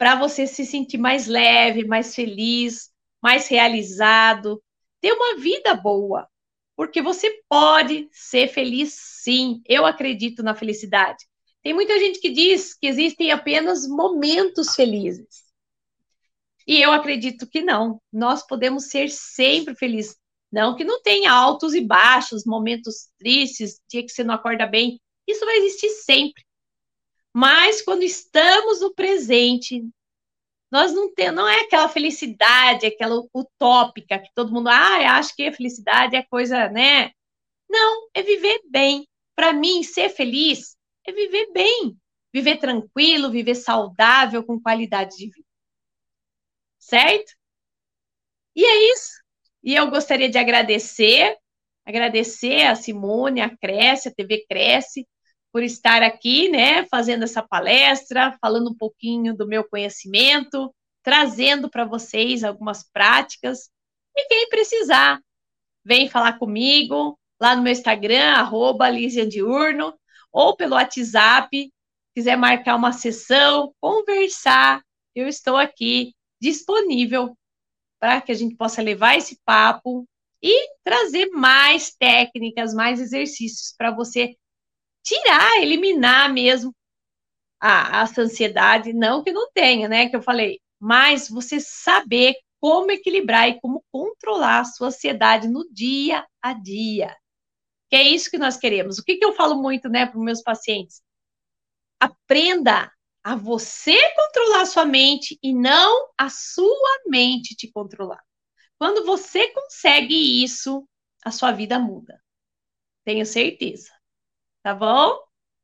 para você se sentir mais leve, mais feliz, mais realizado, ter uma vida boa. Porque você pode ser feliz, sim. Eu acredito na felicidade. Tem muita gente que diz que existem apenas momentos felizes. E eu acredito que não. Nós podemos ser sempre felizes. Não que não tenha altos e baixos, momentos tristes, dia que você não acorda bem. Isso vai existir sempre. Mas quando estamos no presente, nós não temos, não é aquela felicidade, aquela utópica que todo mundo, acha que a felicidade é coisa, né? Não, é viver bem. Para mim, ser feliz é viver bem, viver tranquilo, viver saudável, com qualidade de vida. Certo? E é isso. E eu gostaria de agradecer a Simone, a Cresce, a TV Cresce, por estar aqui, né, fazendo essa palestra, falando um pouquinho do meu conhecimento, trazendo para vocês algumas práticas. E quem precisar, vem falar comigo lá no meu Instagram, @LisiaDiurno, ou pelo WhatsApp, quiser marcar uma sessão, conversar, eu estou aqui disponível para que a gente possa levar esse papo e trazer mais técnicas, mais exercícios para você tirar, eliminar mesmo essa ansiedade, não que não tenha, né, que eu falei, mas você saber como equilibrar e como controlar a sua ansiedade no dia a dia. Que é isso que nós queremos. O que eu falo muito, né, para os meus pacientes? Aprenda a você controlar a sua mente e não a sua mente te controlar. Quando você consegue isso, a sua vida muda. Tenho certeza. Tá bom?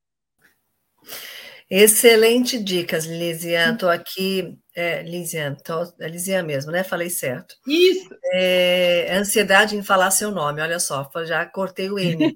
Excelente dicas, Lisiane. Estou aqui, Lisiane, é Lisiane mesmo, né? Falei certo. Isso. Ansiedade em falar seu nome, olha só, já cortei o N.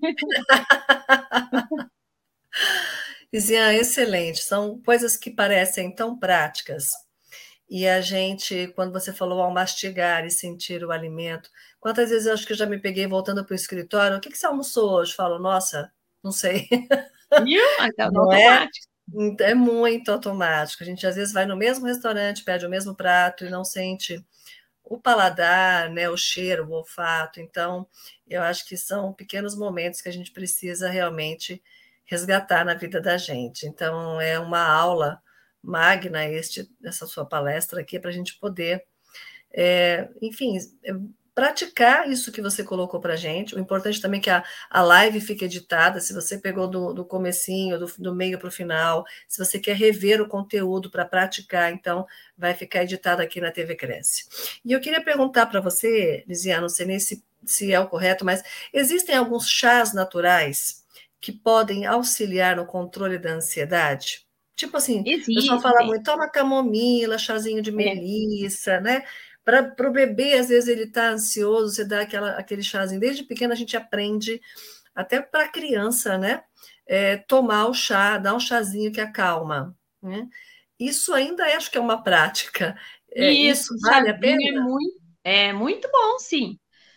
Lisiane, excelente. São coisas que parecem tão práticas. E a gente, quando você falou ao mastigar e sentir o alimento, quantas vezes eu acho que eu já me peguei voltando para o escritório, o que você almoçou hoje? Falo, nossa, não sei. Viu? Então, Não automático. É muito automático. A gente às vezes vai no mesmo restaurante, pede o mesmo prato e não sente o paladar, né, o cheiro, o olfato. Então, eu acho que são pequenos momentos que a gente precisa realmente resgatar na vida da gente. Então, é uma aula magna essa sua palestra aqui para a gente poder, enfim, praticar isso que você colocou para a gente. O importante também é que a live fique editada, se você pegou do comecinho, do meio para o final, se você quer rever o conteúdo para praticar, então vai ficar editado aqui na TV Cresce. E eu queria perguntar para você, Lisiane, não sei nem se é o correto, mas existem alguns chás naturais que podem auxiliar no controle da ansiedade? Tipo assim, o pessoal fala muito, toma camomila, chazinho de melissa, né? Para o bebê, às vezes ele está ansioso, você dá aquele chazinho. Desde pequeno a gente aprende, até para a criança, né? Tomar o chá, dar um chazinho que acalma. Né? Isso ainda acho que é uma prática. Isso vale a pena? É muito bom, sim.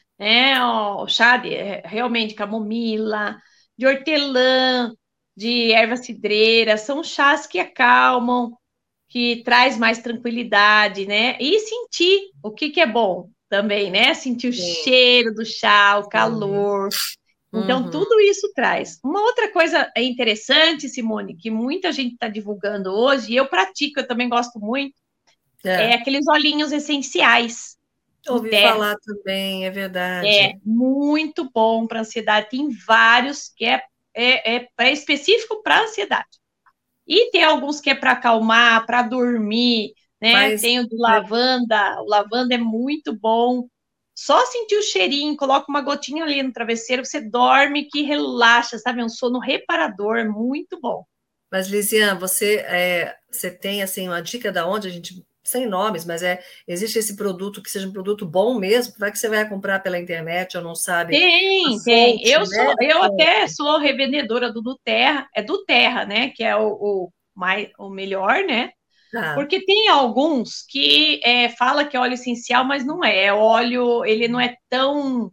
O chá realmente camomila, de hortelã, de erva cidreira, são chás que acalmam, que traz mais tranquilidade, né? E sentir o que é bom também, né? Sentir o cheiro do chá, o calor. Então, tudo isso traz. Uma outra coisa interessante, Simone, que muita gente está divulgando hoje, e eu pratico, eu também gosto muito, é aqueles olhinhos essenciais. Ouvi falar também, é verdade. É muito bom para ansiedade. Tem vários que é específico para ansiedade. E tem alguns que é para acalmar, para dormir, né? Tem o do lavanda. O lavanda é muito bom. Só sentir o cheirinho, coloca uma gotinha ali no travesseiro, você dorme que relaxa, sabe? É um sono reparador, é muito bom. Mas, Lisiane, você tem assim uma dica da onde a gente, sem nomes, mas existe esse produto que seja um produto bom mesmo? Vai que você vai comprar pela internet ou não sabe? Tem. Eu até sou revendedora do Terra, é do Terra, né? Que é o melhor, né? Porque tem alguns que fala que é óleo essencial, mas não é. Óleo, ele não é tão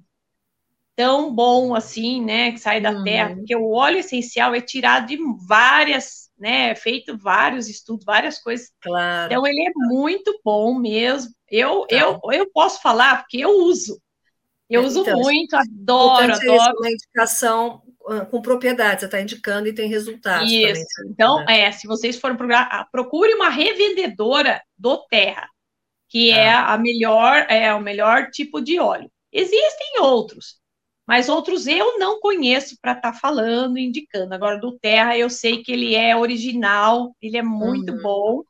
bom assim, né? Que sai da terra, porque o óleo essencial é tirado de várias né, feito vários estudos, várias coisas. Claro. Então, ele é muito bom mesmo. Eu posso falar porque eu uso. Eu uso Então, muito, adoro, importante é isso, adoro. uma indicação com propriedade, você está indicando e tem resultados também. Isso. Então, se vocês forem procurar, procure uma revendedora do Terra, que é Tá. o melhor tipo de óleo. Existem outros, mas outros eu não conheço para estar falando, indicando. Agora, do Terra, eu sei que ele é original, ele é muito bom.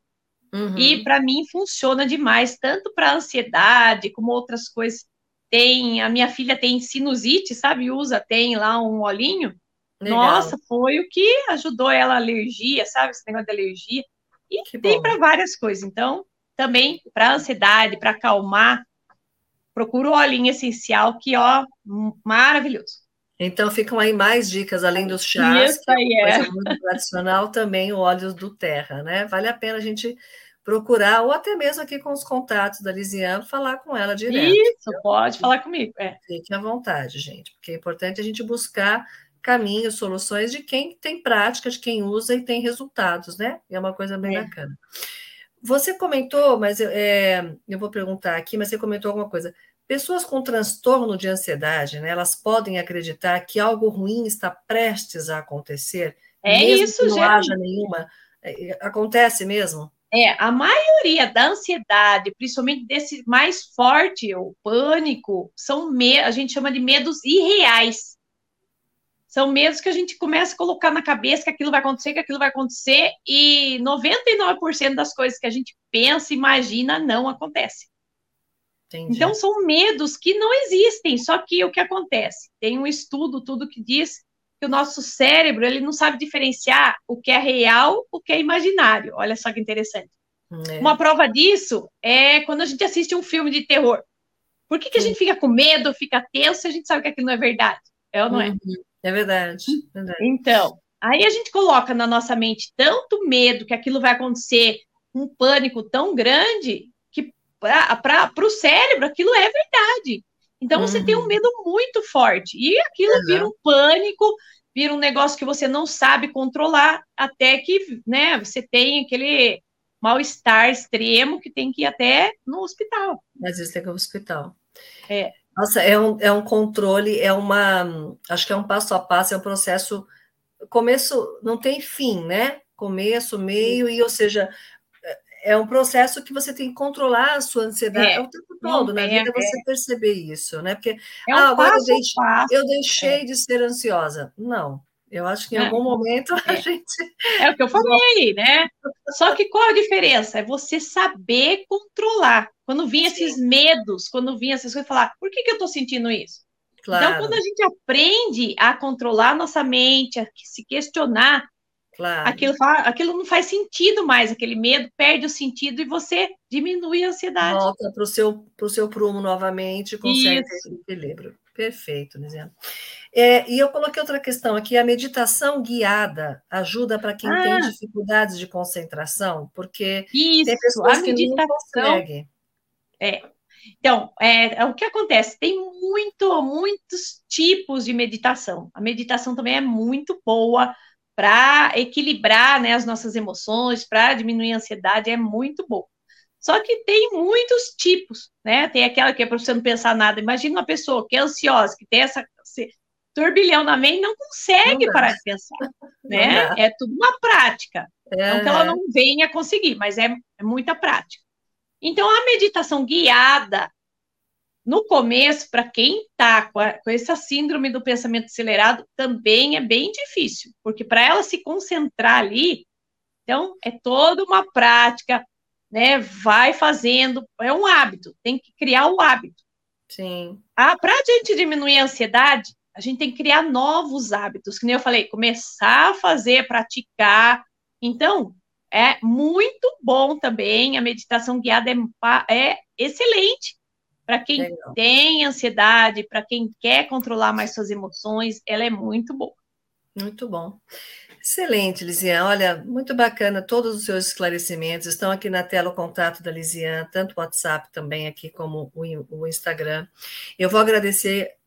E para mim funciona demais, tanto para ansiedade como outras coisas. A minha filha tem sinusite, sabe? Tem lá um olhinho. Legal. Nossa, foi o que ajudou ela, a alergia, sabe? Esse negócio de alergia. E Que tem bom. para várias coisas. Então, também para ansiedade, para acalmar, procura o olhinho essencial, que, ó, maravilhoso. Então ficam aí mais dicas, além dos chás, Isso que é aí uma coisa muito tradicional, também o óleo do Terra, né? Vale a pena a gente procurar, ou até mesmo aqui com os contatos da Lisiane, falar com ela direto. Isso, pode falar comigo. Fique à vontade, gente, porque é importante a gente buscar caminhos, soluções de quem tem prática, de quem usa e tem resultados, né? E é uma coisa bem bacana. Você comentou, mas eu vou perguntar aqui, mas você comentou alguma coisa. Pessoas com transtorno de ansiedade, né, elas podem acreditar que algo ruim está prestes a acontecer, mesmo que Isso, não haja nenhuma. Acontece mesmo? A maioria da ansiedade, principalmente desse mais forte, o pânico, a gente chama de medos irreais. São medos que a gente começa a colocar na cabeça que aquilo vai acontecer, e 99% das coisas que a gente pensa, imagina, não acontece. Entendi. Então, são medos que não existem, só que o que acontece? Tem um estudo, tudo que diz que o nosso cérebro, ele não sabe diferenciar o que é real, o que é imaginário. Olha só que interessante. Uma prova disso é quando a gente assiste um filme de terror. Por que a gente fica com medo, fica tenso, se a gente sabe que aquilo não é verdade? É ou não é? É verdade, verdade. Então, aí a gente coloca na nossa mente tanto medo que aquilo vai acontecer, um pânico tão grande, que para o cérebro aquilo é verdade. Então você tem um medo muito forte. E aquilo vira um pânico, vira um negócio que você não sabe controlar, até que, né, você tem aquele mal-estar extremo que tem que ir até no hospital. Às vezes tem que ir ao hospital. Nossa, é um controle, acho que é um passo a passo, é um processo, começo não tem fim, né? Começo, meio, ou seja, é um processo que você tem que controlar a sua ansiedade o tempo todo, na vida você perceber isso, né? Porque, agora passo a passo. eu deixei de ser ansiosa. Não, eu acho que em algum momento a gente... É o que eu falei, né? Só que qual a diferença? É você saber controlar. Quando vinha esses medos, quando vinha essas coisas, falar, por que eu estou sentindo isso? Claro. Então, quando a gente aprende a controlar a nossa mente, a se questionar, aquilo não faz sentido mais, aquele medo perde o sentido e você diminui a ansiedade. Volta para o seu prumo novamente, consegue ter esse equilíbrio. Perfeito, Lisiane. E eu coloquei outra questão aqui, a meditação guiada ajuda para quem tem dificuldades de concentração? Porque tem pessoas que não conseguem. Então, o que acontece? Tem muitos tipos de meditação. A meditação também é muito boa para equilibrar, né, as nossas emoções, para diminuir a ansiedade, é muito bom. Só que tem muitos tipos, né? Tem aquela que é para você não pensar nada. Imagina uma pessoa que é ansiosa, que tem esse turbilhão na mente, não consegue parar de pensar, né? É tudo uma prática. Não que ela não venha conseguir, mas é muita prática. Então, a meditação guiada, no começo, para quem está com essa síndrome do pensamento acelerado, também é bem difícil, porque para ela se concentrar ali, então, é toda uma prática, né? Vai fazendo, é um hábito, tem que criar o hábito. Sim. Para a gente diminuir a ansiedade, a gente tem que criar novos hábitos, que nem eu falei, começar a fazer, praticar. Então, é muito bom também, a meditação guiada é excelente para quem tem ansiedade, para quem quer controlar mais suas emoções, ela é muito boa. Muito bom. Excelente, Lisiane. Olha, muito bacana todos os seus esclarecimentos. Estão aqui na tela o contato da Lisiane, tanto o WhatsApp também aqui como o Instagram. Eu vou agradecer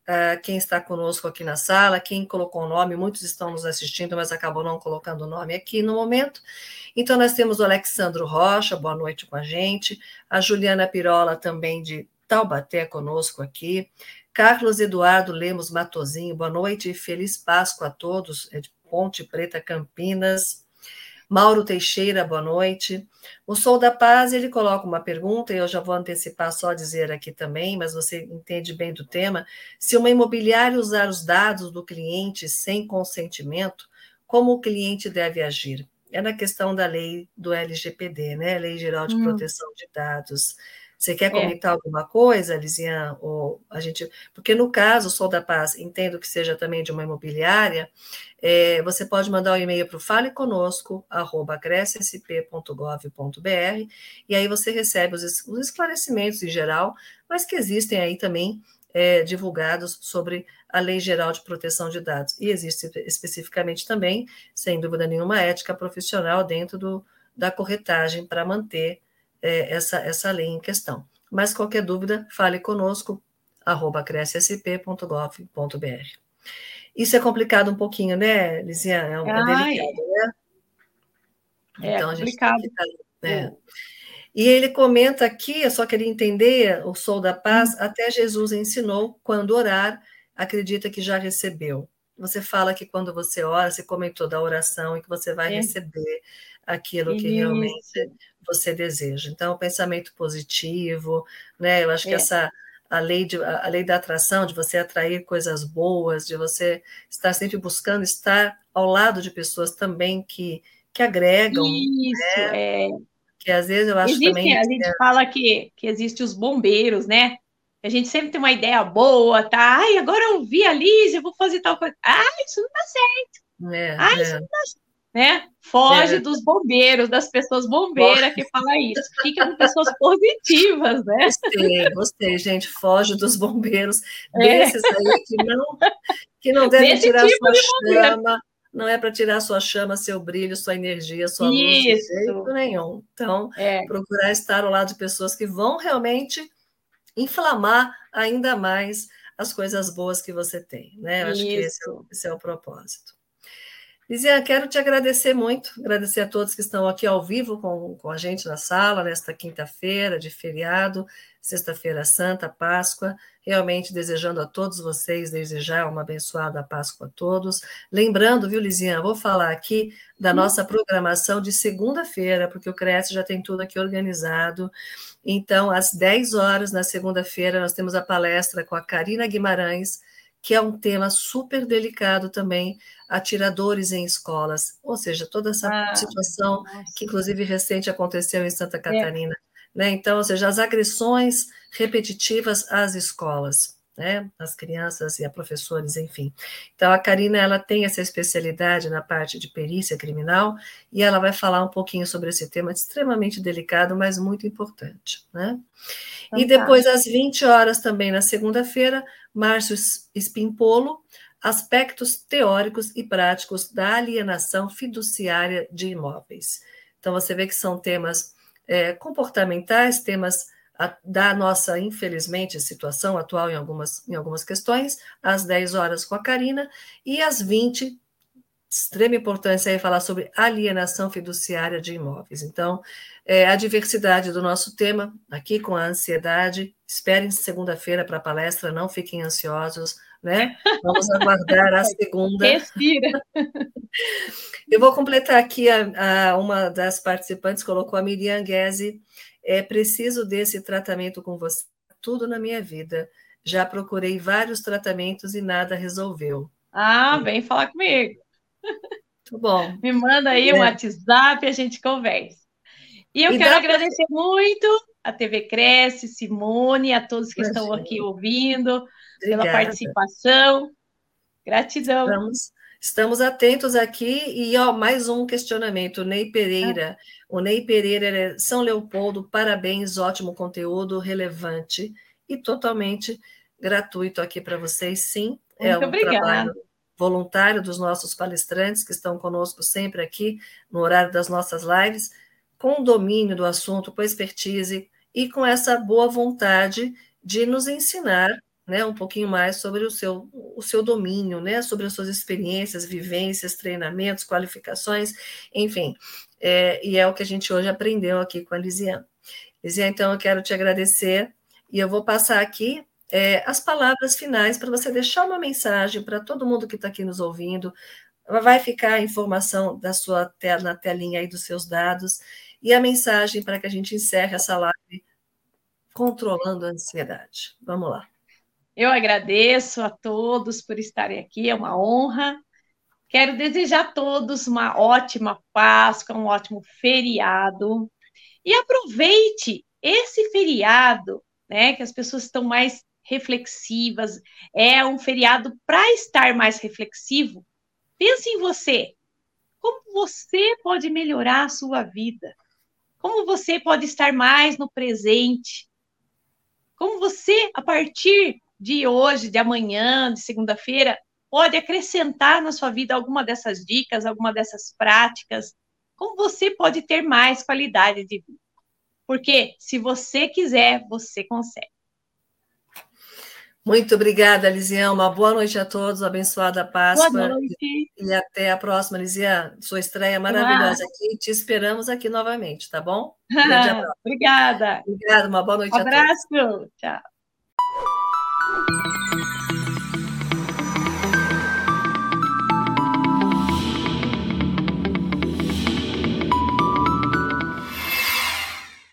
quem está conosco aqui na sala, quem colocou o nome, muitos estão nos assistindo, mas acabou não colocando o nome aqui no momento. Então, nós temos o Alexandro Rocha, boa noite com a gente, a Juliana Pirola, também de Taubaté, conosco aqui, Carlos Eduardo Lemos Matozinho, boa noite e feliz Páscoa a todos, é de Ponte Preta, Campinas. Mauro Teixeira, boa noite. O Sou da Paz, ele coloca uma pergunta, e eu já vou antecipar, só dizer aqui também, mas você entende bem do tema. Se uma imobiliária usar os dados do cliente sem consentimento, como o cliente deve agir? É na questão da lei do LGPD, né? Lei Geral de Proteção de Dados. Você quer comentar alguma coisa, Lisiane? Ou a gente... Porque no caso, Sou da Paz, entendo que seja também de uma imobiliária, você pode mandar um e-mail para o faleconosco@crescsp.gov.br e aí você recebe os esclarecimentos em geral, mas que existem aí também divulgados sobre a Lei Geral de Proteção de Dados. E existe especificamente também, sem dúvida nenhuma, ética profissional dentro da corretagem para manter essa lei em questão. Mas qualquer dúvida, fale conosco, @crescsp.gov.br. Isso é complicado um pouquinho, né, Lisiane? É delicado, né? Então, a gente tem complicado. que estar... E ele comenta aqui, eu só queria entender, o Sou da Paz, até Jesus ensinou, quando orar, acredita que já recebeu. Você fala que quando você ora, você comentou da oração e que você vai receber aquilo que realmente você deseja. Então, o pensamento positivo, né? Eu acho que a lei da atração, de você atrair coisas boas, de você estar sempre buscando estar ao lado de pessoas também que agregam. Isso, né? Que às vezes eu acho também... A gente fala que existe os bombeiros, né? A gente sempre tem uma ideia boa, tá? Ai, agora eu vi a Lígia, eu vou fazer tal coisa. Isso não dá certo. Isso não dá certo. Né? Foge dos bombeiros, das pessoas bombeiras que falam isso. Fica com pessoas positivas, né? Gostei, gente. Foge dos bombeiros, desses aí que não devem tirar tipo sua chama. Não é para tirar sua chama, seu brilho, sua energia, sua luz de jeito nenhum. Então, procurar estar ao lado de pessoas que vão realmente inflamar ainda mais as coisas boas que você tem, né? Eu acho que esse é o propósito. Lisiane, quero te agradecer muito, agradecer a todos que estão aqui ao vivo com a gente na sala, nesta quinta-feira de feriado, sexta-feira santa, Páscoa, realmente desejando a todos vocês, desde já, uma abençoada Páscoa a todos. Lembrando, viu, Lisiane, vou falar aqui da nossa programação de segunda-feira, porque o CRES já tem tudo aqui organizado. Então, às 10 horas, na segunda-feira, nós temos a palestra com a Karina Guimarães, que é um tema super delicado também, atiradores em escolas, ou seja, toda essa situação que, inclusive, recente aconteceu em Santa Catarina, né? Então, ou seja, as agressões repetitivas às escolas, né? Às crianças e a professores, enfim. Então, a Karina, ela tem essa especialidade na parte de perícia criminal e ela vai falar um pouquinho sobre esse tema extremamente delicado, mas muito importante, né? Fantástico. E depois, às 20 horas também, na segunda-feira, Márcio Spimpolo, aspectos teóricos e práticos da alienação fiduciária de imóveis. Então, você vê que são temas comportamentais, temas da nossa, infelizmente, situação atual em algumas questões, às 10 horas com a Karina, e às 20, extrema importância aí falar sobre alienação fiduciária de imóveis. Então, a diversidade do nosso tema, aqui com a ansiedade, esperem segunda-feira para a palestra, não fiquem ansiosos, né? Vamos aguardar a segunda. Respira. Eu vou completar aqui, uma das participantes colocou, a Miriam Guese, preciso desse tratamento com você, tudo na minha vida. Já procurei vários tratamentos e nada resolveu. Vem falar comigo. Muito bom. Me manda aí um WhatsApp e a gente conversa. E eu quero agradecer muito a TV Cresce, Simone, a todos que estão aqui ouvindo, pela participação. Gratidão. Estamos atentos aqui e mais um questionamento, Ney Pereira. O Ney Pereira é São Leopoldo, parabéns, ótimo conteúdo, relevante e totalmente gratuito aqui para vocês, sim. Muito obrigada. Trabalho voluntário dos nossos palestrantes que estão conosco sempre aqui no horário das nossas lives, com domínio do assunto, com expertise e com essa boa vontade de nos ensinar né, um pouquinho mais sobre o seu domínio, né, sobre as suas experiências, vivências, treinamentos, qualificações, enfim. E é o que a gente hoje aprendeu aqui com a Lisiane. Lisiane, então eu quero te agradecer e eu vou passar aqui as palavras finais para você deixar uma mensagem para todo mundo que está aqui nos ouvindo. Vai ficar a informação da sua tela, na telinha aí dos seus dados, e a mensagem para que a gente encerre essa live controlando a ansiedade. Vamos lá. Eu agradeço a todos por estarem aqui, é uma honra. Quero desejar a todos uma ótima Páscoa, um ótimo feriado. E aproveite esse feriado, né, que as pessoas estão mais reflexivas. É um feriado para estar mais reflexivo. Pense em você. Como você pode melhorar a sua vida? Como você pode estar mais no presente? Como você, a partir de hoje, de amanhã, de segunda-feira, pode acrescentar na sua vida alguma dessas dicas, alguma dessas práticas? Como você pode ter mais qualidade de vida? Porque se você quiser, você consegue. Muito obrigada, Lisiane. Uma boa noite a todos, abençoada Páscoa. Boa noite. E até a próxima, Lisiane. Sua estreia maravilhosa aqui. Te esperamos aqui novamente, tá bom? Grande abraço. Obrigada. Obrigada, uma boa noite a todos. Abraço. Tchau.